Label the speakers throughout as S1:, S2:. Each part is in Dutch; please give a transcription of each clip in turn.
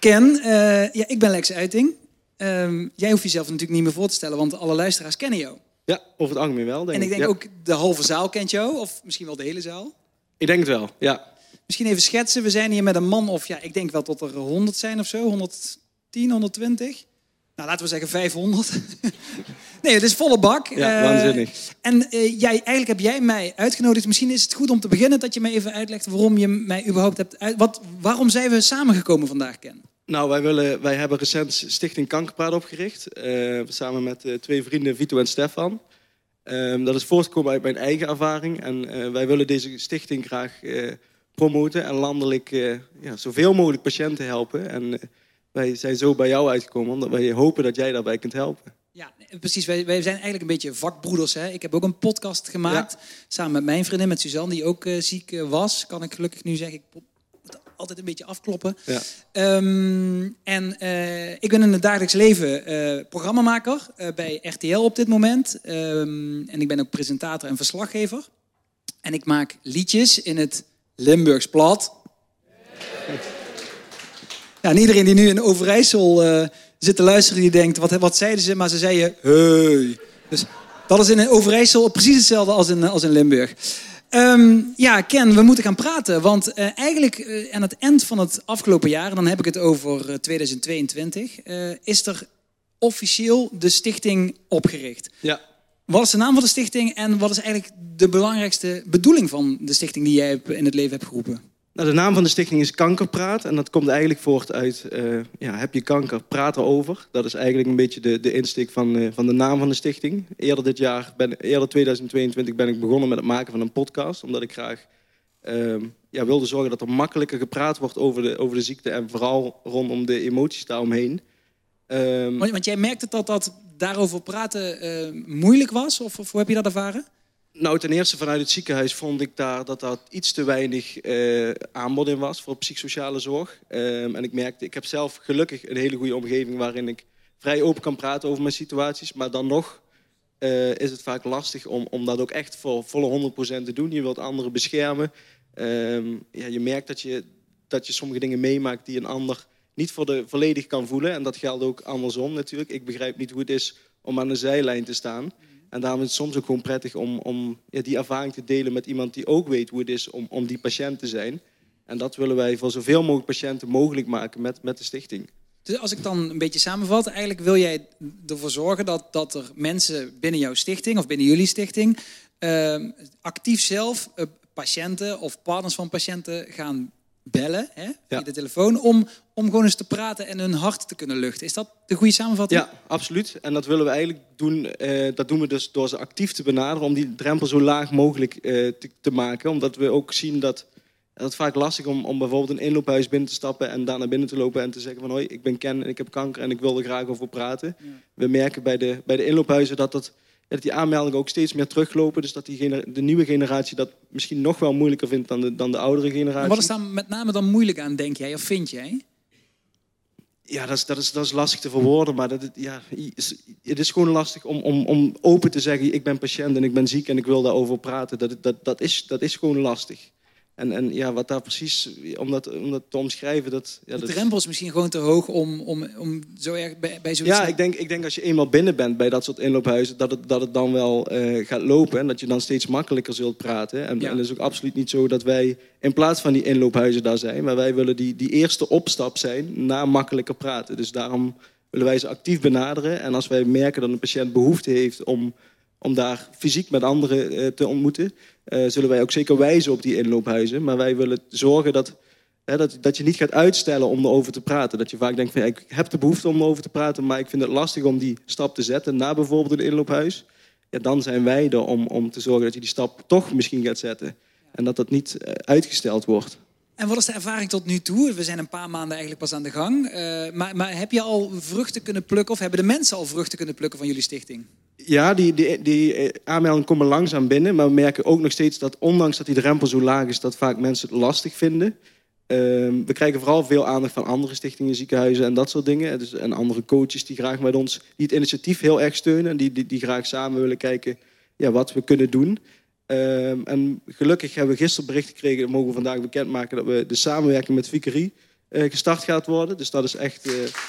S1: Ken, ik ben Lex Uiting. Jij hoeft jezelf natuurlijk niet meer voor te stellen, want alle luisteraars kennen jou.
S2: Ja, over het algemeen wel, denk ik.
S1: En ik denk ook de halve zaal kent jou, of misschien wel de hele zaal.
S2: Ik denk het wel, ja.
S1: Misschien even schetsen. We zijn hier met een man of, ik denk wel tot er 100 zijn of zo. 110, 120. Nou, laten we zeggen 500. Nee, het is volle bak.
S2: Ja, waanzinnig.
S1: En eigenlijk heb jij mij uitgenodigd. Misschien is het goed om te beginnen dat je me even uitlegt waarom je mij überhaupt hebt waarom zijn we samengekomen vandaag, Ken?
S2: Nou, wij hebben recent Stichting Kankerpraat opgericht. Samen met 2 vrienden, Vito en Stefan. Dat is voortgekomen uit mijn eigen ervaring. En wij willen deze stichting graag promoten en landelijk zoveel mogelijk patiënten helpen. En wij zijn zo bij jou uitgekomen, omdat wij hopen dat jij daarbij kunt helpen.
S1: Ja, precies. Wij zijn eigenlijk een beetje vakbroeders. Hè? Ik heb ook een podcast gemaakt, samen met mijn vriendin, met Suzanne, die ook ziek was. Kan ik gelukkig nu zeggen, ik moet altijd een beetje afkloppen.
S2: Ja.
S1: Ik ben in het dagelijks leven programmamaker bij RTL op dit moment. En ik ben ook presentator en verslaggever. En ik maak liedjes in het Limburgs plat. Ja, en iedereen die nu in Overijssel zit te luisteren, die denkt, wat zeiden ze? Maar ze zeiden, hey. Dus dat is in Overijssel precies hetzelfde als in Limburg. Ken, we moeten gaan praten. Want eigenlijk aan het eind van het afgelopen jaar, en dan heb ik het over 2022, is er officieel de stichting opgericht.
S2: Ja.
S1: Wat is de naam van de stichting en wat is eigenlijk de belangrijkste bedoeling van de stichting die jij in het leven hebt geroepen?
S2: Nou, de naam van de stichting is Kankerpraat. En dat komt eigenlijk voort uit, heb je kanker, praat erover. Dat is eigenlijk een beetje de insteek van de naam van de stichting. Eerder 2022 ben ik begonnen met het maken van een podcast. Omdat ik graag wilde zorgen dat er makkelijker gepraat wordt over de ziekte. En vooral rondom de emoties daaromheen.
S1: Want jij merkte dat daarover praten moeilijk was? Of hoe heb je dat ervaren?
S2: Nou, ten eerste vanuit het ziekenhuis vond ik dat iets te weinig aanbod in was voor psychosociale zorg. En ik merkte, ik heb zelf gelukkig een hele goede omgeving waarin ik vrij open kan praten over mijn situaties. Maar dan nog is het vaak lastig om dat ook echt voor volle 100% te doen. Je wilt anderen beschermen. Je merkt dat je sommige dingen meemaakt die een ander niet volledig kan voelen. En dat geldt ook andersom natuurlijk. Ik begrijp niet hoe het is om aan de zijlijn te staan. En daarom is het soms ook gewoon prettig om die ervaring te delen met iemand die ook weet hoe het is om die patiënt te zijn. En dat willen wij voor zoveel mogelijk patiënten mogelijk maken met de stichting.
S1: Dus als ik dan een beetje samenvat, eigenlijk wil jij ervoor zorgen dat er mensen binnen jouw stichting of binnen jullie stichting actief zelf patiënten of partners van patiënten gaan bellen via de telefoon om gewoon eens te praten en hun hart te kunnen luchten. Is dat de goede samenvatting?
S2: Ja, absoluut. En dat willen we eigenlijk doen. Dat doen we dus door ze actief te benaderen om die drempel zo laag mogelijk te maken. Omdat we ook zien dat het vaak lastig is om bijvoorbeeld een inloophuis binnen te stappen en daar naar binnen te lopen en te zeggen van hoi, ik ben Ken en ik heb kanker en ik wil er graag over praten. Ja. We merken bij de inloophuizen dat die aanmeldingen ook steeds meer teruglopen. Dus dat de nieuwe generatie dat misschien nog wel moeilijker vindt dan de oudere generatie.
S1: Maar wat is daar met name dan moeilijk aan, denk jij, of vind jij?
S2: Ja, dat is lastig te verwoorden, maar het is gewoon lastig om open te zeggen, ik ben patiënt en ik ben ziek en ik wil daarover praten. Dat is gewoon lastig. En wat daar precies, om dat te omschrijven... de
S1: drempel is misschien gewoon te hoog om zo erg bij zoiets...
S2: Ja, ik denk als je eenmaal binnen bent bij dat soort inloophuizen... dat het dan wel gaat lopen en dat je dan steeds makkelijker zult praten. En het is ook absoluut niet zo dat wij in plaats van die inloophuizen daar zijn... maar wij willen die eerste opstap zijn naar makkelijker praten. Dus daarom willen wij ze actief benaderen. En als wij merken dat een patiënt behoefte heeft om daar fysiek met anderen te ontmoeten... zullen wij ook zeker wijzen op die inloophuizen. Maar wij willen zorgen dat je niet gaat uitstellen om erover te praten. Dat je vaak denkt van ik heb de behoefte om erover te praten... maar ik vind het lastig om die stap te zetten naar bijvoorbeeld een inloophuis. Ja, dan zijn wij er om te zorgen dat je die stap toch misschien gaat zetten. En dat niet uitgesteld wordt.
S1: En wat is de ervaring tot nu toe? We zijn een paar maanden eigenlijk pas aan de gang. Maar heb je al vruchten kunnen plukken... of hebben de mensen al vruchten kunnen plukken van jullie stichting?
S2: Ja, die aanmeldingen komen langzaam binnen. Maar we merken ook nog steeds dat ondanks dat die drempel zo laag is... dat vaak mensen het lastig vinden. We krijgen vooral veel aandacht van andere stichtingen, ziekenhuizen en dat soort dingen. Dus, en andere coaches die graag met ons... die het initiatief heel erg steunen... en die graag samen willen kijken wat we kunnen doen... En gelukkig hebben we gisteren bericht gekregen... dat mogen we vandaag bekendmaken... dat we de samenwerking met Vicarie gestart gaat worden. Dus dat is echt...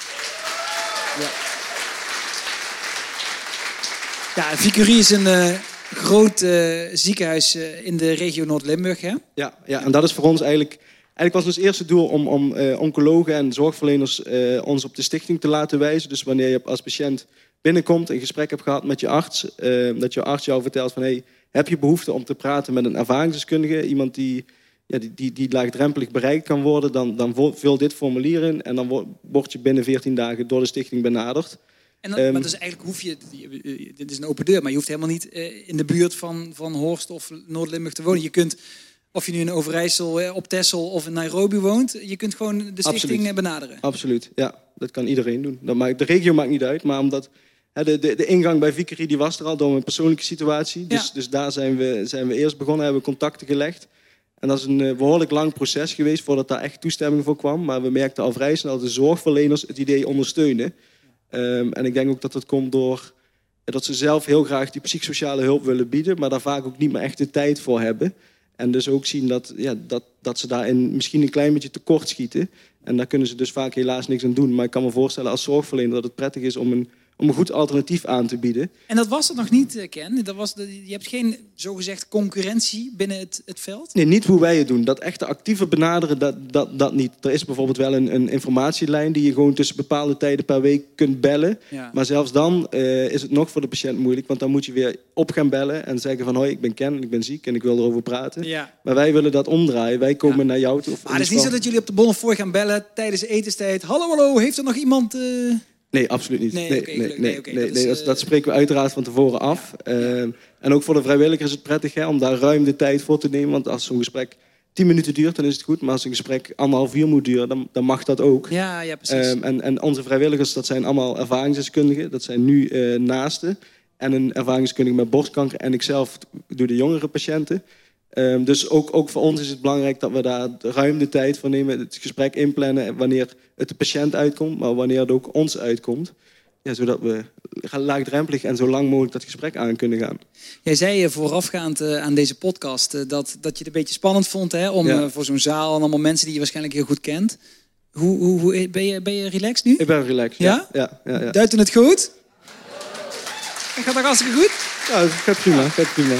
S1: Ja, Vicurie is een groot ziekenhuis in de regio Noord-Limburg, hè?
S2: Ja, en dat is voor ons eigenlijk was ons eerste doel om oncologen en zorgverleners ons op de stichting te laten wijzen. Dus wanneer je als patiënt binnenkomt, een gesprek hebt gehad met je arts, dat je arts jou vertelt van hey, heb je behoefte om te praten met een ervaringsdeskundige, iemand die laagdrempelig bereikt kan worden, dan vul dit formulier in en dan word je binnen 14 dagen door de stichting benaderd.
S1: En maar dus eigenlijk hoef je, dit is een open deur, maar je hoeft helemaal niet in de buurt van Horst of Noord-Limburg te wonen. Je kunt, of je nu in Overijssel, op Texel of in Nairobi woont, je kunt gewoon de stichting benaderen.
S2: Absoluut, ja. Dat kan iedereen doen. De regio maakt niet uit, maar omdat de ingang bij Vicurie die was er al door mijn persoonlijke situatie. Dus daar zijn we eerst begonnen, hebben we contacten gelegd. En dat is een behoorlijk lang proces geweest voordat daar echt toestemming voor kwam. Maar we merkten al vrij snel dat de zorgverleners het idee ondersteunen. En ik denk ook dat het komt door dat ze zelf heel graag die psychosociale hulp willen bieden, maar daar vaak ook niet meer echt de tijd voor hebben. En dus ook zien dat ze daarin misschien een klein beetje tekort schieten. En daar kunnen ze dus vaak helaas niks aan doen. Maar ik kan me voorstellen als zorgverlener dat het prettig is om een goed alternatief aan te bieden.
S1: En dat was het nog niet, Ken? Je hebt geen zogezegd concurrentie binnen het veld?
S2: Nee, niet hoe wij het doen. Dat echte actieve benaderen, dat niet. Er is bijvoorbeeld wel een informatielijn die je gewoon tussen bepaalde tijden per week kunt bellen. Ja. Maar zelfs dan is het nog voor de patiënt moeilijk. Want dan moet je weer op gaan bellen en zeggen van hoi, ik ben Ken, ik ben ziek en ik wil erover praten. Ja. Maar wij willen dat omdraaien. Wij komen naar jou toe.
S1: Maar het is niet zo dat jullie op de Bonnefoy gaan bellen tijdens etenstijd. Hallo, heeft er nog iemand...
S2: Nee, absoluut niet. Nee, dat spreken we uiteraard van tevoren af. En ook voor de vrijwilliger is het prettig om daar ruim de tijd voor te nemen. Want als zo'n gesprek 10 minuten duurt, dan is het goed. Maar als een gesprek 1,5 uur moet duren, dan mag dat ook.
S1: Ja, precies.
S2: En onze vrijwilligers, dat zijn allemaal ervaringsdeskundigen. Dat zijn nu naasten. En een ervaringsdeskundige met borstkanker. En ikzelf doe de jongere patiënten. Dus ook voor ons is het belangrijk dat we daar ruim de tijd voor nemen. Het gesprek inplannen wanneer het de patiënt uitkomt, maar wanneer het ook ons uitkomt. Ja, zodat we laagdrempelig en zo lang mogelijk dat gesprek aan kunnen gaan.
S1: Jij zei voorafgaand aan deze podcast dat je het een beetje spannend vond om voor zo'n zaal en allemaal mensen die je waarschijnlijk heel goed kent. Hoe ben je relaxed nu?
S2: Ik ben relaxed,
S1: ja. Duidt het goed? Gaat dat hartstikke goed?
S2: Ja, het gaat prima.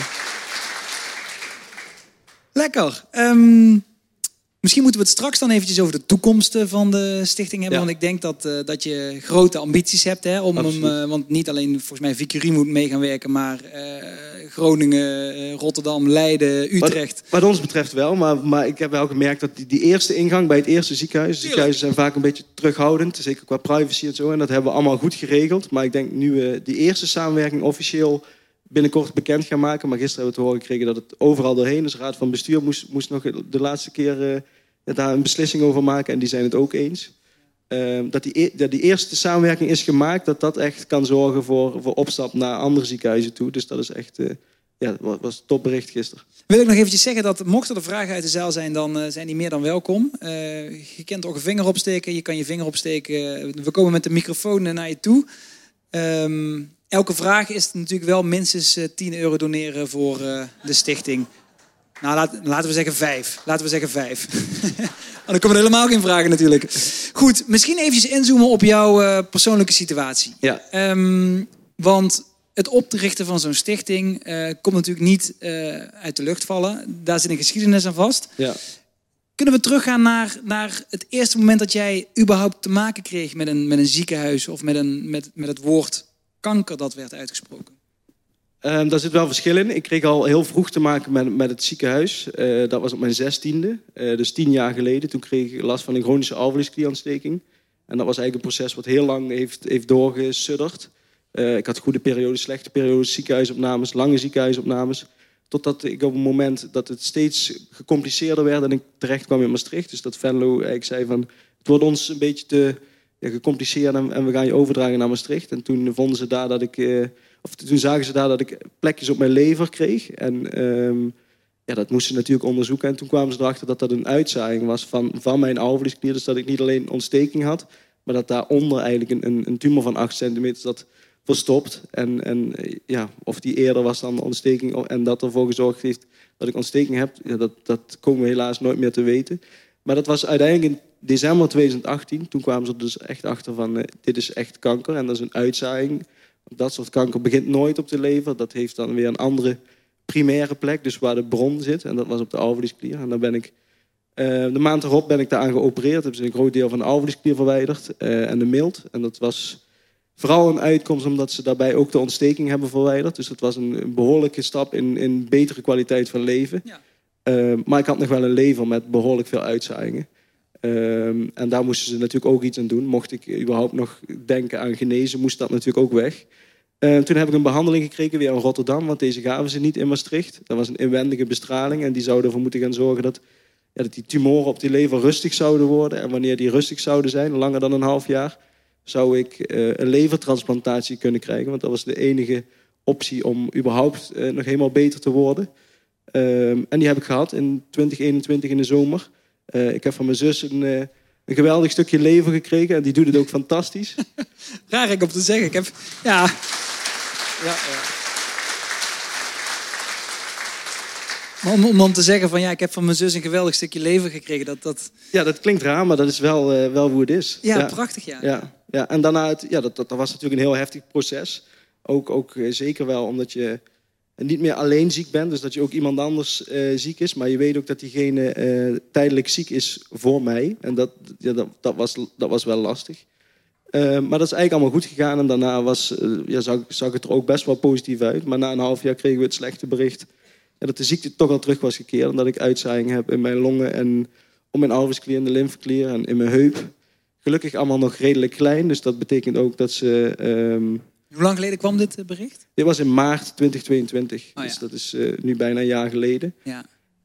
S1: Lekker. Misschien moeten we het straks dan eventjes over de toekomst van de stichting hebben. Ja. Want ik denk dat je grote ambities hebt. Want niet alleen volgens mij Vicurie moet mee gaan werken. Maar Groningen, Rotterdam, Leiden, Utrecht.
S2: Wat ons betreft wel. Maar ik heb wel gemerkt dat die eerste ingang bij het eerste ziekenhuis. Ziekenhuizen zijn vaak een beetje terughoudend. Zeker qua privacy en zo. En dat hebben we allemaal goed geregeld. Maar ik denk nu we die eerste samenwerking officieel binnenkort bekend gaan maken. Maar gisteren hebben we te horen gekregen dat het overal doorheen is. De Raad van Bestuur moest nog de laatste keer daar een beslissing over maken. En die zijn het ook eens. Dat die eerste samenwerking is gemaakt. Dat echt kan zorgen voor opstap naar andere ziekenhuizen toe. Dus dat is echt... was een topbericht gisteren.
S1: Wil ik nog eventjes zeggen dat mochten er vragen uit de zaal zijn, dan zijn die meer dan welkom. Je kunt ook een vinger opsteken. Je kan je vinger opsteken. We komen met de microfoon naar je toe. Elke vraag is natuurlijk wel minstens €10 doneren voor de stichting. Nou, laten we zeggen 5. Dan komen er helemaal geen vragen natuurlijk. Goed, misschien eventjes inzoomen op jouw persoonlijke situatie.
S2: Ja.
S1: Want het oprichten van zo'n stichting komt natuurlijk niet uit de lucht vallen. Daar zit een geschiedenis aan vast.
S2: Ja.
S1: Kunnen we teruggaan naar het eerste moment dat jij überhaupt te maken kreeg met een ziekenhuis of met het woord kanker dat werd uitgesproken?
S2: Daar zit wel verschil in. Ik kreeg al heel vroeg te maken met het ziekenhuis. Dat was op mijn 16e, dus 10 jaar geleden. Toen kreeg ik last van een chronische alvleesklierontsteking. En dat was eigenlijk een proces wat heel lang heeft doorgesudderd. Ik had goede periodes, slechte periodes, ziekenhuisopnames, lange ziekenhuisopnames. Totdat ik op een moment dat het steeds gecompliceerder werd en ik terecht kwam in Maastricht. Dus dat Venlo eigenlijk zei van, het wordt ons een beetje te gecompliceerd en we gaan je overdragen naar Maastricht. En toen vonden ze daar toen zagen ze daar dat ik plekjes op mijn lever kreeg. En dat moesten ze natuurlijk onderzoeken. En toen kwamen ze erachter dat dat een uitzaaiing was van mijn alvleesklier. Dus dat ik niet alleen ontsteking had, maar dat daaronder eigenlijk een tumor van 8 centimeter zat verstopt. En of die eerder was dan de ontsteking en dat ervoor gezorgd heeft dat ik ontsteking heb, dat komen we helaas nooit meer te weten. Maar dat was uiteindelijk december 2018, toen kwamen ze er dus echt achter van... dit is echt kanker en dat is een uitzaaiing. Dat soort kanker begint nooit op de lever. Dat heeft dan weer een andere primaire plek, dus waar de bron zit. En dat was op de alvleesklier. En dan ben ik... de maand erop ben ik daaraan geopereerd. Hebben ze een groot deel van de alvleesklier verwijderd en de milt. En dat was vooral een uitkomst omdat ze daarbij ook de ontsteking hebben verwijderd. Dus dat was een behoorlijke stap in betere kwaliteit van leven. Ja. Maar ik had nog wel een lever met behoorlijk veel uitzaaiingen. En daar moesten ze natuurlijk ook iets aan doen. Mocht ik überhaupt nog denken aan genezen, moest dat natuurlijk ook weg. Toen heb ik een behandeling gekregen weer in Rotterdam, want deze gaven ze niet in Maastricht. Dat was een inwendige bestraling en die zouden ervoor moeten gaan zorgen dat die tumoren op die lever rustig zouden worden. En wanneer die rustig zouden zijn, langer dan een half jaar, zou ik een levertransplantatie kunnen krijgen. Want dat was de enige optie om überhaupt nog helemaal beter te worden. En die heb ik gehad in 2021 in de zomer. Ik heb van mijn zus een geweldig stukje lever gekregen en die doet het ook fantastisch.
S1: Raar ik om te zeggen. Ik heb... Ja. Maar om dan te zeggen van ik heb van mijn zus een geweldig stukje lever gekregen.
S2: Ja, dat klinkt raar, maar dat is wel hoe het is.
S1: Ja, prachtig
S2: ja. En daarna, dat was natuurlijk een heel heftig proces. Ook zeker wel omdat je niet meer alleen ziek bent. Dus dat je ook iemand anders ziek is. Maar je weet ook dat diegene tijdelijk ziek is voor mij. En dat was wel lastig. Maar dat is eigenlijk allemaal goed gegaan. En daarna zag het er ook best wel positief uit. Maar na een half jaar kregen we het slechte bericht dat de ziekte toch al terug was gekeerd. En dat ik uitzaaiing heb in mijn longen en om mijn alvleesklier en de lymfeklier en in mijn heup. Gelukkig allemaal nog redelijk klein. Dus dat betekent ook dat ze...
S1: Hoe lang geleden kwam dit bericht?
S2: Dit was in maart 2022.
S1: Oh,
S2: dus dat is nu bijna een jaar geleden.
S1: Ja.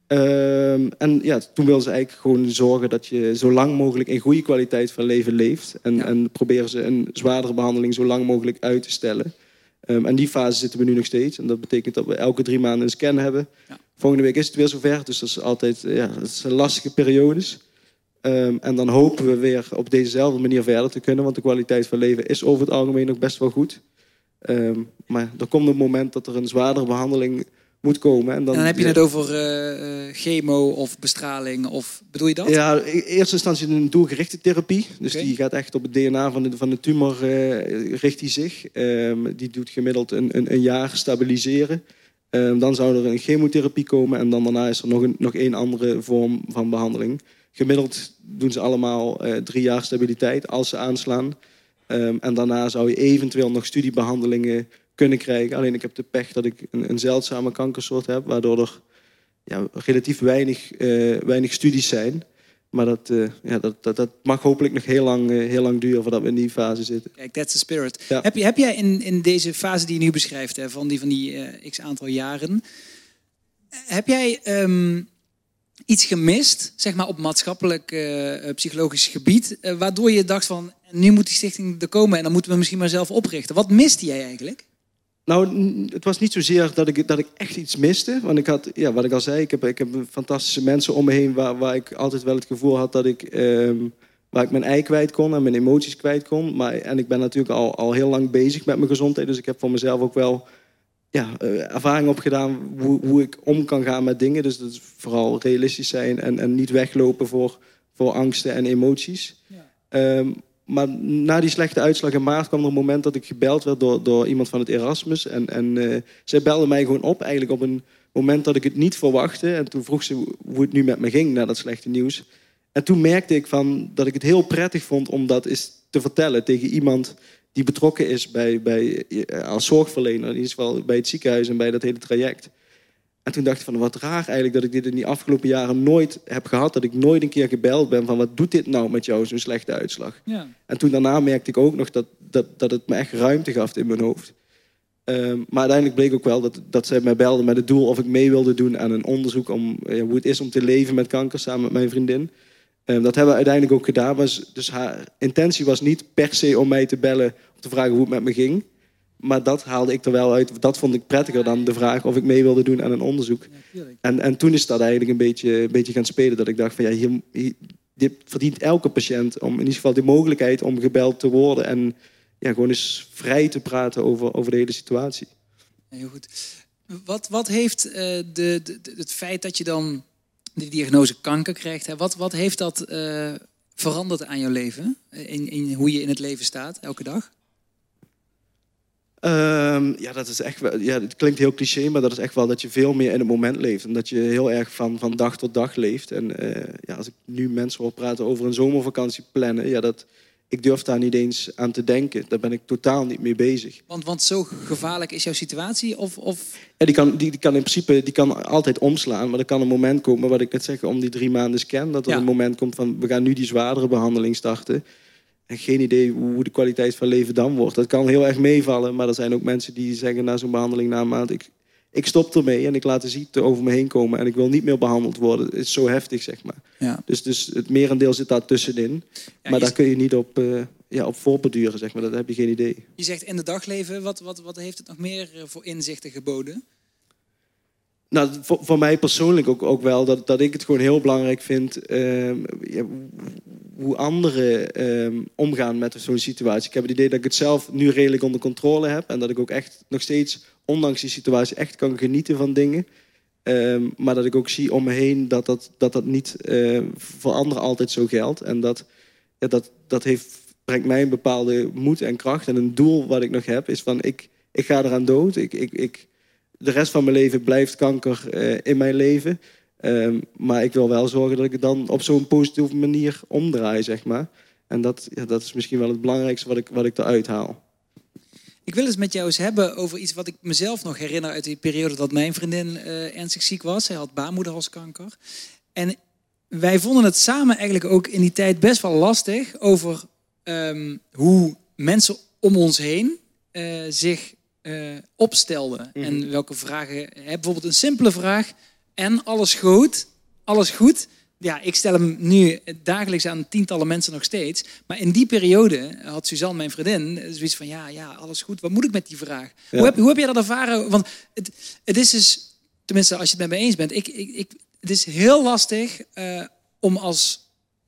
S2: En toen wilden ze eigenlijk gewoon zorgen dat je zo lang mogelijk in goede kwaliteit van leven leeft. En proberen ze een zwaardere behandeling zo lang mogelijk uit te stellen. En die fase zitten we nu nog steeds. En dat betekent dat we elke 3 maanden een scan hebben. Ja. Volgende week is het weer zover. Dus dat is altijd dat zijn lastige periodes. En dan hopen we weer op dezezelfde manier verder te kunnen. Want de kwaliteit van leven is over het algemeen nog best wel goed. Maar er komt een moment dat er een zwaardere behandeling moet komen. En dan
S1: heb je het over chemo of bestraling, of bedoel je dat?
S2: Ja, in eerste instantie een doelgerichte therapie. Dus die gaat echt op het DNA van de tumor richt die zich. Die doet gemiddeld een jaar stabiliseren. Dan zou er een chemotherapie komen en dan daarna is er nog één andere vorm van behandeling. Gemiddeld doen ze allemaal 3 jaar stabiliteit als ze aanslaan. En daarna zou je eventueel nog studiebehandelingen kunnen krijgen. Alleen ik heb de pech dat ik een zeldzame kankersoort heb, waardoor er relatief weinig studies zijn. Maar dat mag hopelijk nog heel lang duren voordat we in die fase zitten.
S1: Kijk, that's the spirit. Ja. Heb jij in deze fase die je nu beschrijft, van die x aantal jaren, heb jij iets gemist, zeg maar op maatschappelijk, psychologisch gebied, waardoor je dacht van, nu moet die stichting er komen en dan moeten we misschien maar zelf oprichten. Wat miste jij eigenlijk?
S2: Nou, het was niet zozeer dat ik echt iets miste. Want ik had, wat ik al zei, ik heb fantastische mensen om me heen waar ik altijd wel het gevoel had dat waar ik mijn ei kwijt kon en mijn emoties kwijt kon. En ik ben natuurlijk al heel lang bezig met mijn gezondheid. Dus ik heb voor mezelf ook wel ervaring opgedaan hoe ik om kan gaan met dingen. Dus dat is vooral realistisch zijn en niet weglopen voor angsten en emoties. Ja. Maar na die slechte uitslag in maart kwam er een moment dat ik gebeld werd door iemand van het Erasmus. En zij belde mij gewoon op, eigenlijk op een moment dat ik het niet verwachtte. En toen vroeg ze hoe het nu met me ging na dat slechte nieuws. En toen merkte ik dat ik het heel prettig vond om dat eens te vertellen tegen iemand die betrokken is als zorgverlener. In ieder geval bij het ziekenhuis en bij dat hele traject. En toen dacht ik van wat raar eigenlijk dat ik dit in die afgelopen jaren nooit heb gehad. Dat ik nooit een keer gebeld ben van wat doet dit nou met jou, zo'n slechte uitslag. Ja. En toen daarna merkte ik ook nog dat het me echt ruimte gaf in mijn hoofd. Maar uiteindelijk bleek ook wel dat zij mij belde met het doel of ik mee wilde doen aan een onderzoek om hoe het is om te leven met kanker samen met mijn vriendin. Dat hebben we uiteindelijk ook gedaan. Dus haar intentie was niet per se om mij te bellen om te vragen hoe het met me ging. Maar dat haalde ik er wel uit. Dat vond ik prettiger dan de vraag of ik mee wilde doen aan een onderzoek. Ja, en toen is dat eigenlijk een beetje gaan spelen. Dat ik dacht van dit verdient elke patiënt om in ieder geval de mogelijkheid om gebeld te worden. En gewoon eens vrij te praten over de hele situatie.
S1: Heel goed. Wat heeft het feit dat je dan de diagnose kanker krijgt, wat heeft dat verandert aan jouw leven? In hoe je in het leven staat, elke dag?
S2: Dat is echt wel, het klinkt heel cliché, maar dat is echt wel dat je veel meer in het moment leeft. En dat je heel erg van dag tot dag leeft. En als ik nu mensen hoor praten over een zomervakantie plannen, ik durf daar niet eens aan te denken. Daar ben ik totaal niet mee bezig.
S1: Want zo gevaarlijk is jouw situatie?
S2: Ja, die kan in principe altijd omslaan. Maar er kan een moment komen, wat ik net zeg, om die 3 maanden scan. Dat er een moment komt van, we gaan nu die zwaardere behandeling starten. En geen idee hoe de kwaliteit van leven dan wordt. Dat kan heel erg meevallen. Maar er zijn ook mensen die zeggen na zo'n behandeling na een maand, ik stop ermee en ik laat de ziekte over me heen komen. En ik wil niet meer behandeld worden. Het is zo heftig, zeg maar. Ja. Dus het merendeel zit daar tussenin. Ja, maar daar kun je niet op voortborduren, zeg maar. Dat heb je geen idee.
S1: Je zegt in het dagleven, wat heeft het nog meer voor inzichten geboden?
S2: Nou, voor mij persoonlijk ook wel. Dat ik het gewoon heel belangrijk vind hoe anderen omgaan met zo'n situatie. Ik heb het idee dat ik het zelf nu redelijk onder controle heb. En dat ik ook echt nog steeds, ondanks die situatie, echt kan genieten van dingen. Maar dat ik ook zie om me heen dat niet voor anderen altijd zo geldt. En dat brengt mij een bepaalde moed en kracht. En een doel wat ik nog heb is van ik ga eraan dood. De rest van mijn leven blijft kanker in mijn leven. Maar ik wil wel zorgen dat ik het dan op zo'n positieve manier omdraai, zeg maar. En dat is misschien wel het belangrijkste wat ik eruit haal.
S1: Ik wil het met jou eens hebben over iets wat ik mezelf nog herinner uit die periode dat mijn vriendin ernstig ziek was. Zij had baarmoederhalskanker. En wij vonden het samen eigenlijk ook in die tijd best wel lastig over hoe mensen om ons heen zich opstelden. Mm-hmm. En welke vragen. Bijvoorbeeld een simpele vraag. En alles goed? Alles goed? Ja, ik stel hem nu dagelijks aan tientallen mensen nog steeds. Maar in die periode had Suzanne, mijn vriendin, zoiets van ja, alles goed. Wat moet ik met die vraag? Ja. Hoe heb jij dat ervaren? Want het is dus, tenminste als je het met me eens bent, het is heel lastig om als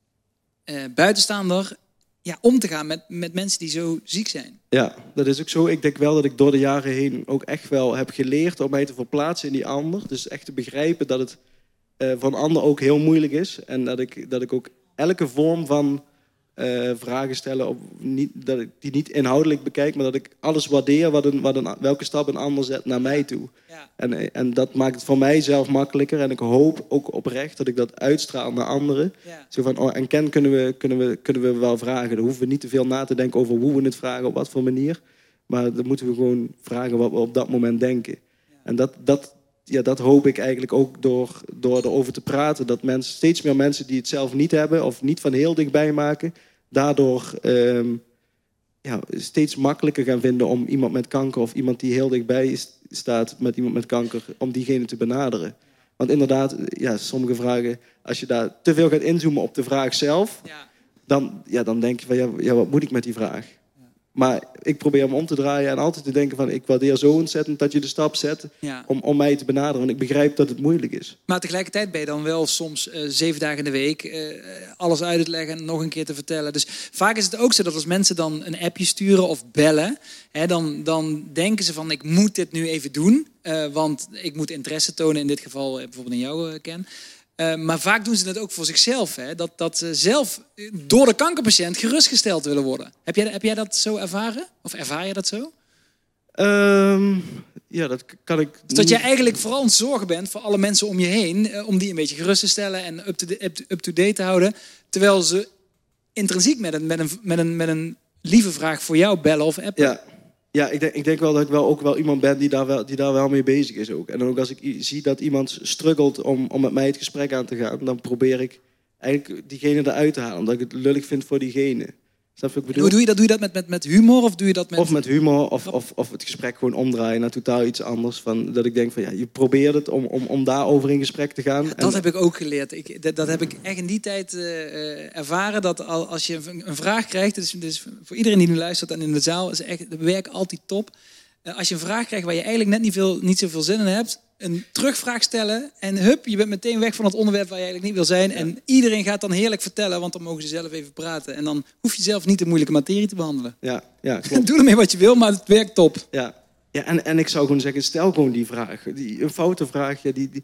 S1: buitenstaander om te gaan met mensen die zo ziek zijn. Ja,
S2: dat is ook zo. Ik denk wel dat ik door de jaren heen ook echt wel heb geleerd om mij te verplaatsen in die ander. Dus echt te begrijpen dat het voor een ander ook heel moeilijk is. En dat ik ook elke vorm van vragen stellen, dat ik die niet inhoudelijk bekijk, maar dat ik alles waardeer welke stap een ander zet naar mij toe. Ja. En dat maakt het voor mij zelf makkelijker. En ik hoop ook oprecht dat ik dat uitstraal naar anderen. Ja. Zo van, en Ken kunnen we wel vragen. Dan hoeven we niet te veel na te denken over hoe we het vragen, op wat voor manier. Maar dan moeten we gewoon vragen wat we op dat moment denken. Ja. En dat hoop ik eigenlijk ook door erover te praten. Dat steeds meer mensen die het zelf niet hebben of niet van heel dichtbij maken, daardoor steeds makkelijker gaan vinden om iemand met kanker of iemand die heel dichtbij staat met iemand met kanker, om diegene te benaderen. Want inderdaad, sommige vragen, als je daar te veel gaat inzoomen op de vraag zelf, dan denk je van wat moet ik met die vraag? Maar ik probeer hem om te draaien en altijd te denken van, ik waardeer zo ontzettend dat je de stap zet om mij te benaderen. Want ik begrijp dat het moeilijk is. Maar tegelijkertijd ben je dan wel soms 7 dagen in de week alles uit te leggen en nog een keer te vertellen. Dus vaak is het ook zo dat als mensen dan een appje sturen of bellen, dan denken ze van, ik moet dit nu even doen. Want ik moet interesse tonen, in dit geval bijvoorbeeld in jou, Ken. Maar vaak doen ze het ook voor zichzelf. Dat ze zelf door de kankerpatiënt gerustgesteld willen worden. Heb jij dat zo ervaren? Of ervaar je dat zo? Dat kan ik.
S1: Dus dat jij eigenlijk vooral aan het zorgen bent voor alle mensen om je heen. Om die een beetje gerust te stellen en up-to-date te houden. Terwijl ze intrinsiek met een lieve vraag voor jou bellen of appen.
S2: Ja, ik denk wel dat ik ook wel iemand ben die daar wel mee bezig is ook. En ook als ik zie dat iemand struggelt om met mij het gesprek aan te gaan, dan probeer ik eigenlijk diegene eruit te halen. Omdat ik het lullig vind voor diegene. Snap je wat ik bedoel?
S1: Doe je dat met humor? Of doe je dat met...
S2: Of met humor, of het gesprek gewoon omdraaien naar totaal iets anders. Dat ik denk van je probeert het om daarover in gesprek te gaan.
S1: Ja, dat heb ik ook geleerd. Dat heb ik echt in die tijd ervaren. Dat als je een vraag krijgt, dus voor iedereen die nu luistert en in de zaal, is echt het werk altijd top. Als je een vraag krijgt waar je eigenlijk net niet zoveel zin in hebt, een terugvraag stellen en je bent meteen weg van het onderwerp waar je eigenlijk niet wil zijn. Ja. En iedereen gaat dan heerlijk vertellen, want dan mogen ze zelf even praten. En dan hoef je zelf niet de moeilijke materie te behandelen.
S2: Ja, klopt.
S1: Doe ermee wat je wil, maar het werkt top.
S2: Ja, en ik zou gewoon zeggen, stel gewoon die vraag. Een foute vraag, die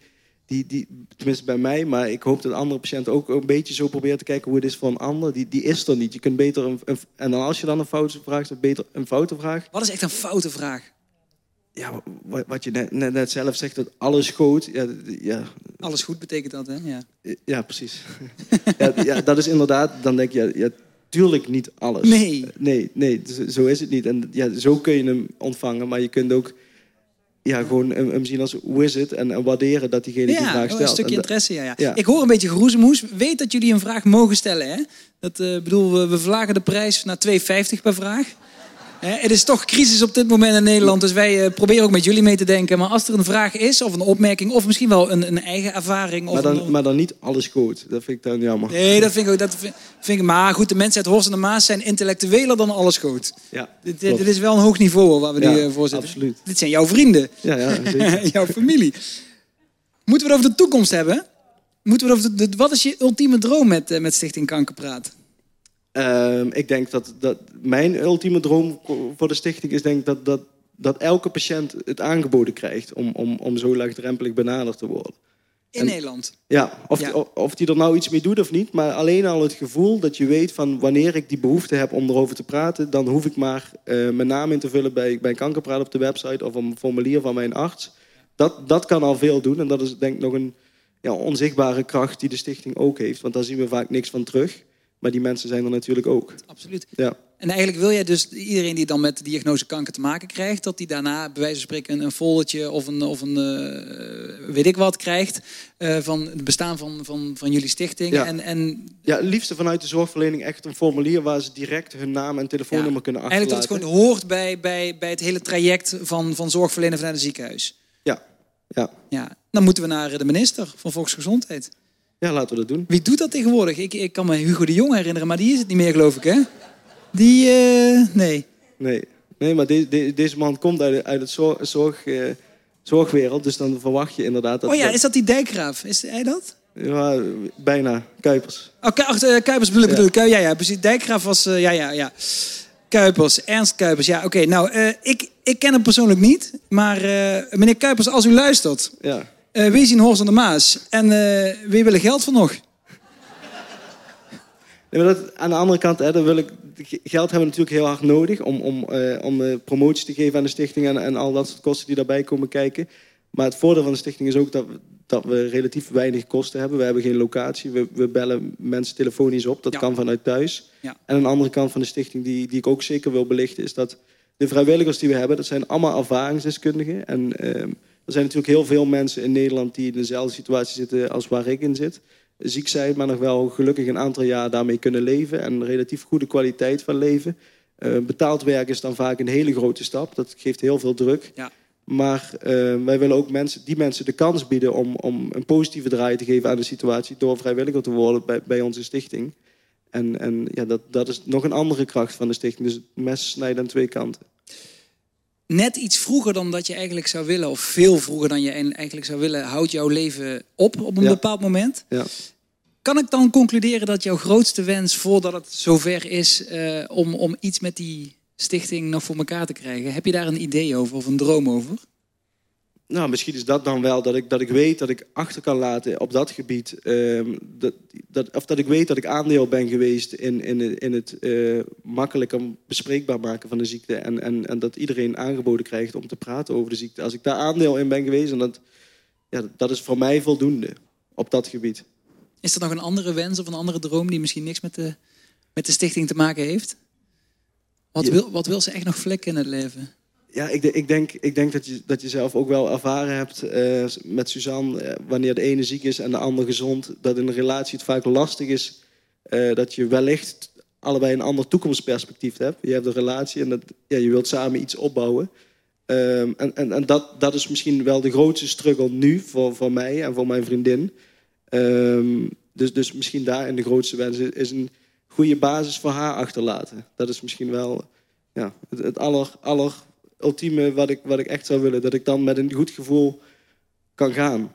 S2: tenminste bij mij, maar ik hoop dat andere patiënten ook een beetje zo proberen te kijken hoe het is voor een ander. Die is er niet. Je kunt beter en dan als je dan een foute vraag stelt, beter een foute vraag.
S1: Wat is echt een foute vraag?
S2: Ja, wat je net zelf zegt, dat alles goed. Ja.
S1: Alles goed betekent dat, hè?
S2: Ja, precies. ja, dat is inderdaad, dan denk je, ja, tuurlijk niet alles. Nee, zo is het niet. En ja, zo kun je hem ontvangen, maar je kunt ook gewoon hem zien als hoe is het en waarderen dat diegene die vraag stelt.
S1: Een stukje interesse, ja. Ik hoor een beetje geroezemoes. Weet dat jullie een vraag mogen stellen, hè? We verlagen de prijs naar €2,50 per vraag. Het is toch crisis op dit moment in Nederland, dus wij proberen ook met jullie mee te denken. Maar als er een vraag is, of een opmerking, of misschien wel een eigen ervaring.
S2: Maar dan niet alles goed. Dat vind ik dan jammer.
S1: Nee, dat vind ik. Maar goed, de mensen uit Horst en de Maas zijn intellectueler dan alles goed.
S2: Ja,
S1: dit is wel een hoog niveau waar we nu voor zitten.
S2: Absoluut.
S1: Dit zijn jouw vrienden.
S2: Ja, zeker.
S1: Jouw familie. Moeten we het over de toekomst hebben? Wat is je ultieme droom met Stichting Kankerpraat?
S2: Ik denk dat mijn ultieme droom voor de stichting is denk dat elke patiënt het aangeboden krijgt om zo laagdrempelig benaderd te worden.
S1: In Nederland?
S2: Ja, of die er nou iets mee doet of niet, maar alleen al het gevoel dat je weet van wanneer ik die behoefte heb om erover te praten, dan hoef ik maar mijn naam in te vullen bij Kankerpraat op de website of een formulier van mijn arts. Dat kan al veel doen en dat is denk ik nog een onzichtbare kracht die de stichting ook heeft, want daar zien we vaak niks van terug. Maar die mensen zijn er natuurlijk ook.
S1: Absoluut.
S2: Ja.
S1: En eigenlijk wil jij dus iedereen die dan met de diagnose kanker te maken krijgt, dat die daarna bij wijze van spreken een foldertje of een weet ik wat krijgt van het bestaan van jullie stichting.
S2: Ja.
S1: Ja,
S2: het liefste vanuit de zorgverlening echt een formulier waar ze direct hun naam en telefoonnummer kunnen achterlaten.
S1: Eigenlijk dat het gewoon hoort bij het hele traject van zorgverlenen vanuit het ziekenhuis. Ja. Dan moeten we naar de minister van Volksgezondheid.
S2: Ja, laten we dat doen.
S1: Wie doet dat tegenwoordig? Ik kan me Hugo de Jong herinneren, maar die is het niet meer, geloof ik, hè? Nee.
S2: Nee, maar deze man komt uit het zorgwereld, dus dan verwacht je inderdaad dat...
S1: Is dat die Dijkgraaf? Is hij dat?
S2: Ja, bijna. Kuipers.
S1: Kuipers bedoel ik. Ja, precies. Dijkgraaf was... Ja. Kuipers, Ernst Kuipers. Ja, oké. Nou, ik ken hem persoonlijk niet, maar meneer Kuipers, als u luistert...
S2: Ja.
S1: Wees in Horst aan de Maas. En wie wil er geld voor nog?
S2: Nee, maar aan de andere kant, geld hebben we natuurlijk heel hard nodig om promotie te geven aan de stichting en al dat soort kosten die daarbij komen kijken. Maar het voordeel van de stichting is ook dat we relatief weinig kosten hebben. We hebben geen locatie. We bellen mensen telefonisch op. Dat kan vanuit thuis.
S1: Ja.
S2: En aan de andere kant van de stichting, die ik ook zeker wil belichten, is dat de vrijwilligers die we hebben, dat zijn allemaal ervaringsdeskundigen. En er zijn natuurlijk heel veel mensen in Nederland die in dezelfde situatie zitten als waar ik in zit. Ziek zijn, maar nog wel gelukkig een aantal jaar daarmee kunnen leven. En een relatief goede kwaliteit van leven. Betaald werk is dan vaak een hele grote stap. Dat geeft heel veel druk. Ja. Maar wij willen ook die mensen de kans bieden om een positieve draai te geven aan de situatie door vrijwilliger te worden bij onze stichting. En dat is nog een andere kracht van de stichting. Dus het mes snijdt aan twee kanten.
S1: Net iets vroeger dan dat je eigenlijk zou willen, of veel vroeger dan je eigenlijk zou willen, houdt jouw leven op een bepaald moment.
S2: Ja.
S1: Kan ik dan concluderen dat jouw grootste wens, voordat het zover is, om iets met die stichting nog voor elkaar te krijgen? Heb je daar een idee over of een droom over? Nou,
S2: misschien is dat dan wel dat ik weet dat ik achter kan laten op dat gebied. Of dat ik weet dat ik aandeel ben geweest in het makkelijker bespreekbaar maken van de ziekte. En dat iedereen aangeboden krijgt om te praten over de ziekte. Als ik daar aandeel in ben geweest, dat is voor mij voldoende op dat gebied.
S1: Is er nog een andere wens of een andere droom die misschien niks met de stichting te maken heeft? Wat wil ze echt nog vlekken in het leven?
S2: Ja, ik denk dat je zelf ook wel ervaren hebt met Suzanne, wanneer de ene ziek is en de ander gezond, dat in een relatie het vaak lastig is dat je wellicht allebei een ander toekomstperspectief hebt. Je hebt een relatie en je wilt samen iets opbouwen. En dat is misschien wel de grootste struggle nu voor mij en voor mijn vriendin. Dus misschien daarin de grootste wens is een goede basis voor haar achterlaten. Dat is misschien wel het aller ultieme wat ik echt zou willen. Dat ik dan met een goed gevoel kan gaan.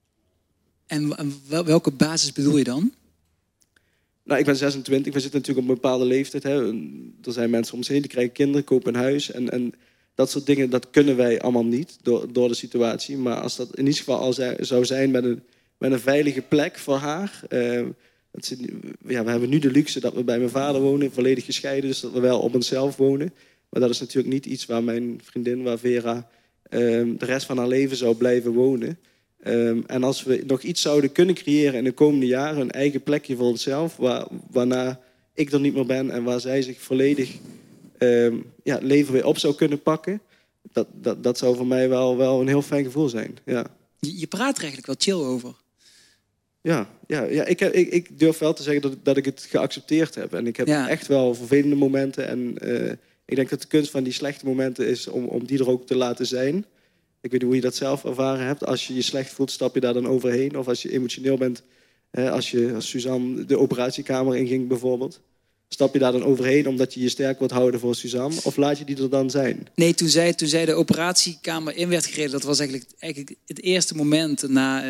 S1: En welke basis bedoel je dan?
S2: Nou, ik ben 26. We zitten natuurlijk op een bepaalde leeftijd. Hè. Er zijn mensen om ons heen die krijgen kinderen, kopen een huis. En Dat soort dingen, dat kunnen wij allemaal niet door de situatie. Maar als dat in ieder geval al zou zijn met een veilige plek voor haar. We hebben nu de luxe dat we bij mijn vader wonen, volledig gescheiden. Dus dat we wel op onszelf wonen. Maar dat is natuurlijk niet iets waar mijn vriendin, waar Vera, de rest van haar leven zou blijven wonen. En als we nog iets zouden kunnen creëren in de komende jaren, een eigen plekje voor onszelf, waarna ik er niet meer ben en waar zij zich volledig het leven weer op zou kunnen pakken, dat zou voor mij wel een heel fijn gevoel zijn. Ja.
S1: Je praat er eigenlijk wel chill over.
S2: Ja, ik durf wel te zeggen dat ik het geaccepteerd heb. En ik heb echt wel vervelende momenten. En ik denk dat de kunst van die slechte momenten is om die er ook te laten zijn. Ik weet niet hoe je dat zelf ervaren hebt. Als je je slecht voelt, stap je daar dan overheen. Of als je emotioneel bent, als Suzanne de operatiekamer inging bijvoorbeeld. Stap je daar dan overheen omdat je je sterk wilt houden voor Suzanne? Of laat je die er dan zijn?
S1: Nee, toen zij de operatiekamer in werd gereden, dat was eigenlijk het eerste moment na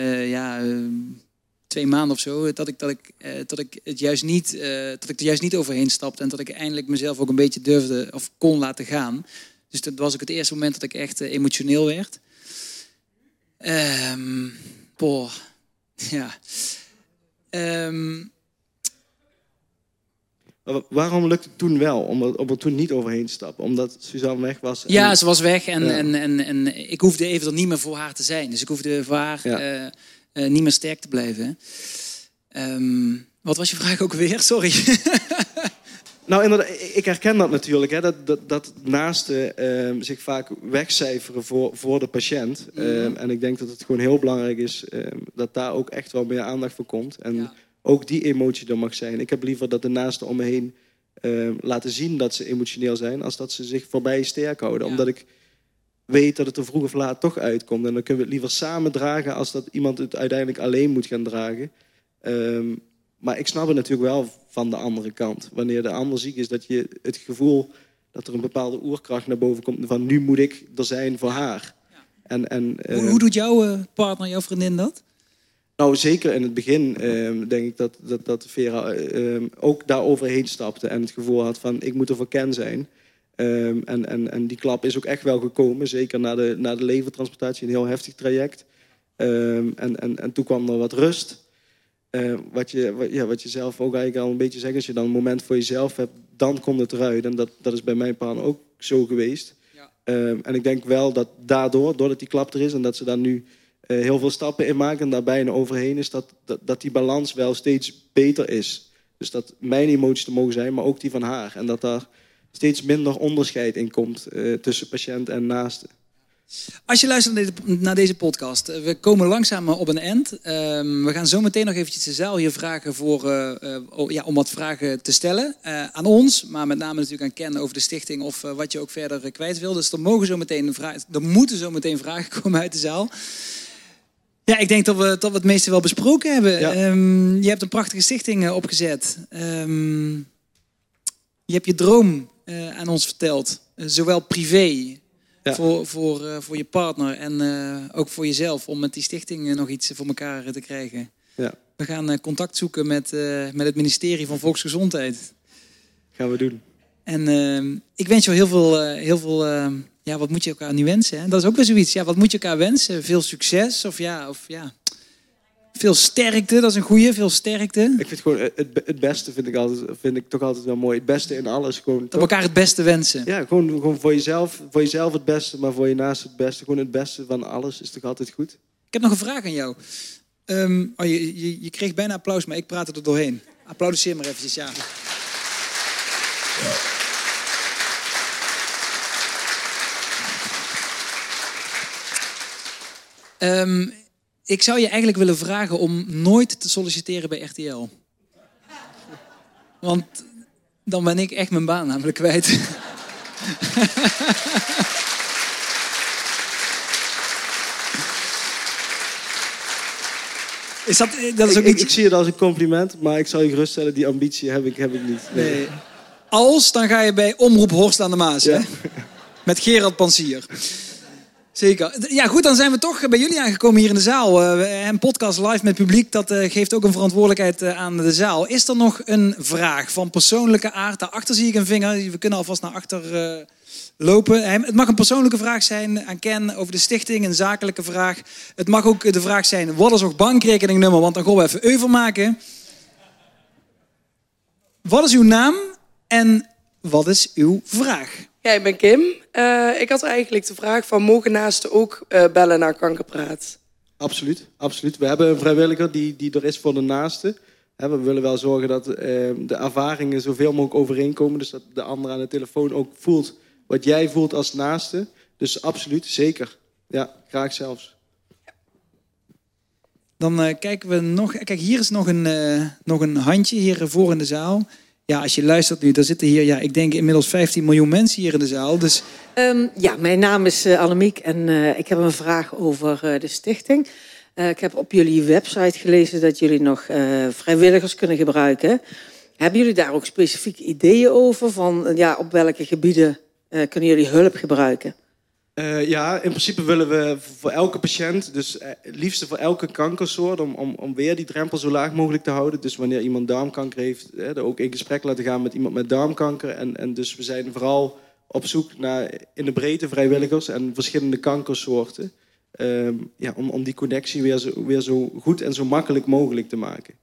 S1: 2 maanden of zo, dat ik er juist niet overheen stapte en dat ik eindelijk mezelf ook een beetje durfde of kon laten gaan. Dus dat was ook het eerste moment dat ik echt emotioneel werd.
S2: Waarom lukte het toen wel om er toen niet overheen te stappen? Omdat Suzanne weg was?
S1: Ja, ze was weg en ik hoefde even er niet meer voor haar te zijn. Dus ik hoefde voor haar niet meer sterk te blijven. Wat was je vraag ook weer? Sorry.
S2: Nou, inderdaad, ik herken dat natuurlijk. Hè, dat naasten zich vaak wegcijferen voor de patiënt. En ik denk dat het gewoon heel belangrijk is dat daar ook echt wel meer aandacht voor komt. En ook die emotie er mag zijn. Ik heb liever dat de naasten om me heen laten zien dat ze emotioneel zijn, als dat ze zich voorbij sterk houden. Omdat ik weet dat het er vroeg of laat toch uitkomt. En dan kunnen we het liever samen dragen als dat iemand het uiteindelijk alleen moet gaan dragen. Maar ik snap het natuurlijk wel van de andere kant. Wanneer de ander ziek is, dat je het gevoel dat er een bepaalde oerkracht naar boven komt van nu moet ik er zijn voor haar.
S1: Hoe doet jouw partner, jouw vriendin dat?
S2: Nou, zeker in het begin denk ik dat Vera ook daar overheen stapte en het gevoel had van ik moet er voor Ken zijn. En die klap is ook echt wel gekomen, zeker na de levertransplantatie, een heel heftig traject. En toen kwam er wat rust. Wat je zelf ook eigenlijk al een beetje zegt, als je dan een moment voor jezelf hebt, dan komt het eruit. En dat is bij mijn partner ook zo geweest. Ja. En ik denk wel dat doordat die klap er is en dat ze daar nu heel veel stappen in maken en daar bijna overheen is, dat die balans wel steeds beter is. Dus dat mijn emoties er mogen zijn, maar ook die van haar. En dat daar steeds minder onderscheid in komt tussen patiënt en naaste.
S1: Als je luistert naar deze podcast, we komen langzaam op een eind. We gaan zo meteen nog eventjes de zaal hier vragen om wat vragen te stellen aan ons. Maar met name natuurlijk aan Ken over de stichting of wat je ook verder kwijt wil. Dus er moeten zo meteen vragen komen uit de zaal. Ja, ik denk dat we het meeste wel besproken hebben. Ja. Je hebt een prachtige stichting opgezet. Je hebt je droom aan ons verteld. Zowel privé... Ja. Voor je partner en ook voor jezelf om met die stichting nog iets voor elkaar te krijgen. Ja. We gaan contact zoeken met het ministerie van Volksgezondheid.
S2: Gaan we doen.
S1: En ik wens je heel veel wat moet je elkaar nu wensen? Hè? Dat is ook weer zoiets. Ja, wat moet je elkaar wensen? Veel succes of veel sterkte, dat is een goeie, veel sterkte.
S2: Ik vind gewoon het beste vind ik toch altijd wel mooi. Het beste in alles. Gewoon
S1: dat elkaar het beste wensen.
S2: Ja, gewoon voor jezelf het beste, maar voor je naast het beste. Gewoon het beste van alles is toch altijd goed?
S1: Ik heb nog een vraag aan jou. Je kreeg bijna applaus, maar ik praat er doorheen. Applaudisseer maar eventjes, ja. Ik zou je eigenlijk willen vragen om nooit te solliciteren bij RTL. Want dan ben ik echt mijn baan namelijk kwijt.
S2: Ik zie het als een compliment, maar ik zal je geruststellen, die ambitie heb ik niet.
S1: Nee. Dan ga je bij Omroep Horst aan de Maas. Ja. Hè? Met Gerard Pansier. Zeker. Ja, goed, dan zijn we toch bij jullie aangekomen hier in de zaal. Een podcast live met publiek, dat geeft ook een verantwoordelijkheid aan de zaal. Is er nog een vraag van persoonlijke aard? Daarachter zie ik een vinger. We kunnen alvast naar achter lopen. Het mag een persoonlijke vraag zijn aan Ken over de stichting, een zakelijke vraag. Het mag ook de vraag zijn, wat is ons bankrekeningnummer? Want dan gaan we even over maken. Wat is uw naam en wat is uw vraag?
S3: Ja, ik ben Kim. Ik had eigenlijk de vraag van, mogen naasten ook bellen naar Kankerpraat?
S2: Absoluut, absoluut. We hebben een vrijwilliger die er is voor de naasten. We willen wel zorgen dat de ervaringen zoveel mogelijk overeenkomen. Dus dat de ander aan de telefoon ook voelt wat jij voelt als naaste. Dus absoluut, zeker. Ja, graag zelfs.
S1: Dan kijken we nog. Kijk, hier is nog een handje hier voor in de zaal. Ja, als je luistert nu, dan zitten hier, ik denk inmiddels 15 miljoen mensen hier in de zaal. Dus...
S4: Ja, mijn naam is Annemiek en ik heb een vraag over de stichting. Ik heb op jullie website gelezen dat jullie nog vrijwilligers kunnen gebruiken. Hebben jullie daar ook specifieke ideeën over? Van op welke gebieden kunnen jullie hulp gebruiken?
S2: Ja, in principe willen we voor elke patiënt, dus het liefste voor elke kankersoort, om weer die drempel zo laag mogelijk te houden. Dus wanneer iemand darmkanker heeft, er ook in gesprek laten gaan met iemand met darmkanker. En dus we zijn vooral op zoek naar in de breedte vrijwilligers en verschillende kankersoorten. Om die connectie weer zo goed en zo makkelijk mogelijk te maken.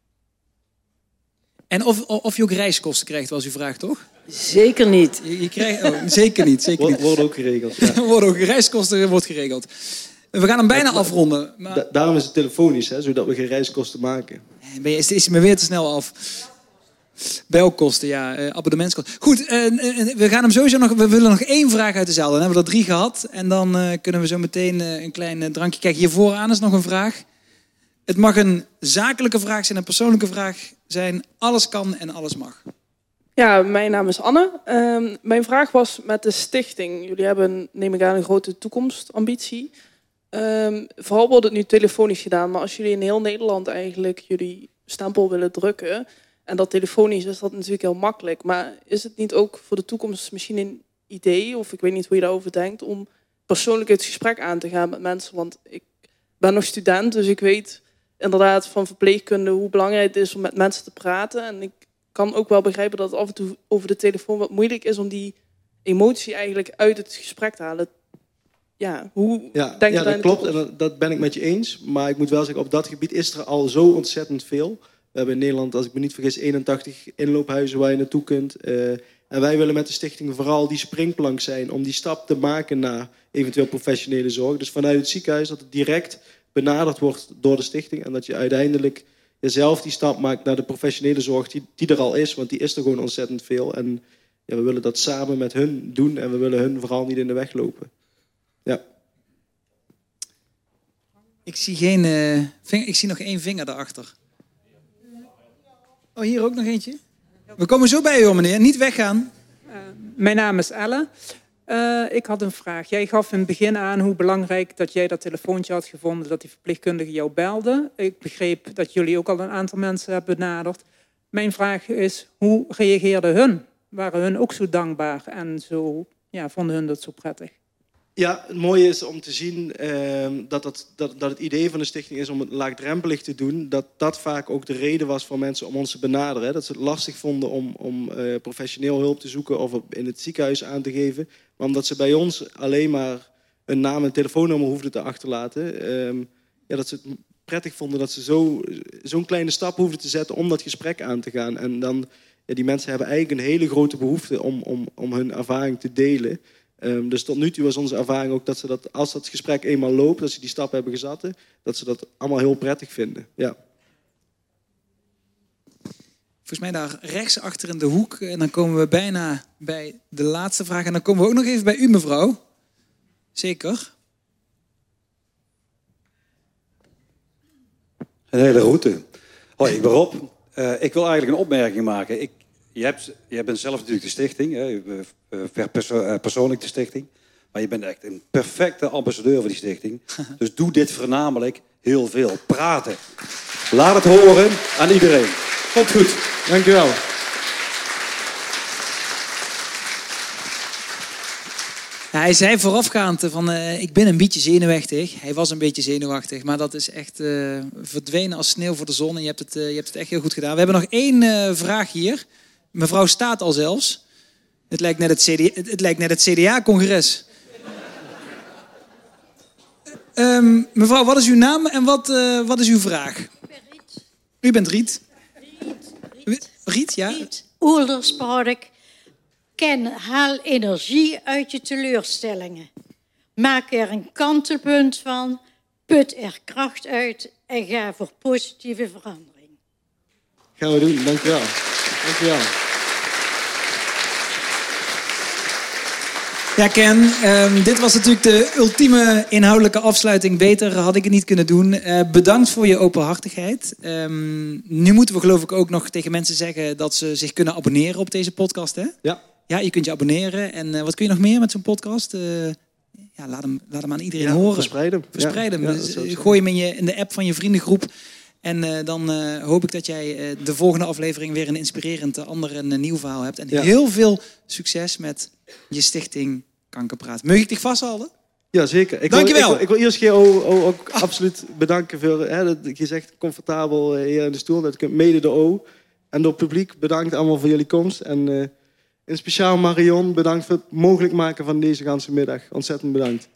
S1: En of je ook reiskosten krijgt, was uw vraag, toch?
S4: Zeker niet.
S1: Je krijgt, zeker niet.
S2: Wordt ook geregeld. Ja.
S1: Worden ook reiskosten wordt geregeld. We gaan hem bijna afronden. Maar...
S2: Daarom is het telefonisch, zodat we geen reiskosten maken.
S1: Is hij me weer te snel af? Belkosten, abonnementskosten. Goed, we gaan hem sowieso nog. We willen nog 1 vraag uit de zaal. Dan hebben we er 3 gehad. En dan kunnen we zo meteen een klein drankje. Kijk, hier vooraan is nog een vraag. Het mag een zakelijke vraag zijn, een persoonlijke vraag zijn. Alles kan en alles mag.
S3: Ja, mijn naam is Anne. Mijn vraag was met de stichting. Jullie hebben, neem ik aan, een grote toekomstambitie. Vooral wordt het nu telefonisch gedaan. Maar als jullie in heel Nederland eigenlijk jullie stempel willen drukken... en dat telefonisch is dat natuurlijk heel makkelijk. Maar is het niet ook voor de toekomst misschien een idee... of ik weet niet hoe je daarover denkt... om persoonlijk het gesprek aan te gaan met mensen? Want ik ben nog student, dus ik weet inderdaad van verpleegkunde... hoe belangrijk het is om met mensen te praten. En ik kan ook wel begrijpen dat het af en toe over de telefoon wat moeilijk is... om die emotie eigenlijk uit het gesprek te halen. Ja, hoe denk je
S2: dat klopt en dat ben ik met je eens. Maar ik moet wel zeggen, op dat gebied is er al zo ontzettend veel. We hebben in Nederland, als ik me niet vergis, 81 inloophuizen waar je naartoe kunt. En wij willen met de stichting vooral die springplank zijn... om die stap te maken naar eventueel professionele zorg. Dus vanuit het ziekenhuis dat het direct benaderd wordt door de stichting... en dat je uiteindelijk zelf die stap maakt naar de professionele zorg die er al is. Want die is er gewoon ontzettend veel. En we willen dat samen met hun doen en we willen hun vooral niet in de weg lopen. Ja.
S1: Ik zie ik zie nog 1 vinger daarachter. Oh, hier ook nog eentje. We komen zo bij u, meneer. Niet weggaan.
S5: Mijn naam is Elle. Ik had een vraag. Jij gaf in het begin aan hoe belangrijk dat jij dat telefoontje had gevonden... dat die verpleegkundige jou belde. Ik begreep dat jullie ook al een aantal mensen hebben benaderd. Mijn vraag is, hoe reageerden hun? Waren hun ook zo dankbaar en vonden hun dat zo prettig?
S2: Ja, het mooie is om te zien dat het idee van de stichting is om het laagdrempelig te doen. Dat vaak ook de reden was voor mensen om ons te benaderen. Hè. Dat ze het lastig vonden om professioneel hulp te zoeken of in het ziekenhuis aan te geven. Maar omdat ze bij ons alleen maar een naam en telefoonnummer hoefden te achterlaten. Dat ze het prettig vonden dat ze zo'n kleine stap hoefden te zetten om dat gesprek aan te gaan. En dan, die mensen hebben eigenlijk een hele grote behoefte om hun ervaring te delen. Dus tot nu toe was onze ervaring ook dat ze dat, als dat gesprek eenmaal loopt, dat ze die stap hebben gezet, dat ze dat allemaal heel prettig vinden. Ja.
S1: Volgens mij daar rechts achter in de hoek. En dan komen we bijna bij de laatste vraag. En dan komen we ook nog even bij u, mevrouw. Zeker.
S6: Een hele route. Hoi, ik ben Rob. Ik wil eigenlijk een opmerking maken. Jij bent zelf natuurlijk de stichting, persoonlijk de stichting. Maar je bent echt een perfecte ambassadeur van die stichting. Dus doe dit voornamelijk heel veel. Praten. Laat het horen aan iedereen. Komt goed.
S2: Dankjewel.
S1: Ja, hij zei voorafgaand van, ik ben een beetje zenuwachtig. Hij was een beetje zenuwachtig, maar dat is echt verdwenen als sneeuw voor de zon. En je hebt het echt heel goed gedaan. We hebben nog 1 vraag hier. Mevrouw staat al zelfs. Het lijkt net het CDA-congres. Mevrouw, wat is uw naam en wat is uw vraag?
S7: Ik ben Riet.
S1: U bent Riet.
S7: Riet,
S1: ja?
S7: Riet. Oerderspark. Haal energie uit je teleurstellingen. Maak er een kantelpunt van. Put er kracht uit en ga voor positieve verandering.
S2: Gaan we doen, dankjewel. Dankjewel.
S1: Ja, Ken, dit was natuurlijk de ultieme inhoudelijke afsluiting. Beter had ik het niet kunnen doen. Bedankt voor je openhartigheid. Nu moeten we geloof ik ook nog tegen mensen zeggen dat ze zich kunnen abonneren op deze podcast. Hè?
S2: Ja.
S1: Ja, je kunt je abonneren. En wat kun je nog meer met zo'n podcast? Ja, laat hem aan iedereen horen.
S2: Verspreid hem.
S1: Ja, dus, gooi hem in de app van je vriendengroep. En dan hoop ik dat jij de volgende aflevering weer een inspirerend ander en een nieuw verhaal hebt. En heel veel succes met je stichting Kankerpraat. Mag ik dich vasthouden?
S2: Ja, zeker.
S1: Dankjewel.
S2: Ik wil eerst ook absoluut bedanken voor dat je zegt comfortabel hier in de stoel. Dat ik mede de O. En door het publiek bedankt allemaal voor jullie komst. En in speciaal Marion, bedankt voor het mogelijk maken van deze ganse middag. Ontzettend bedankt.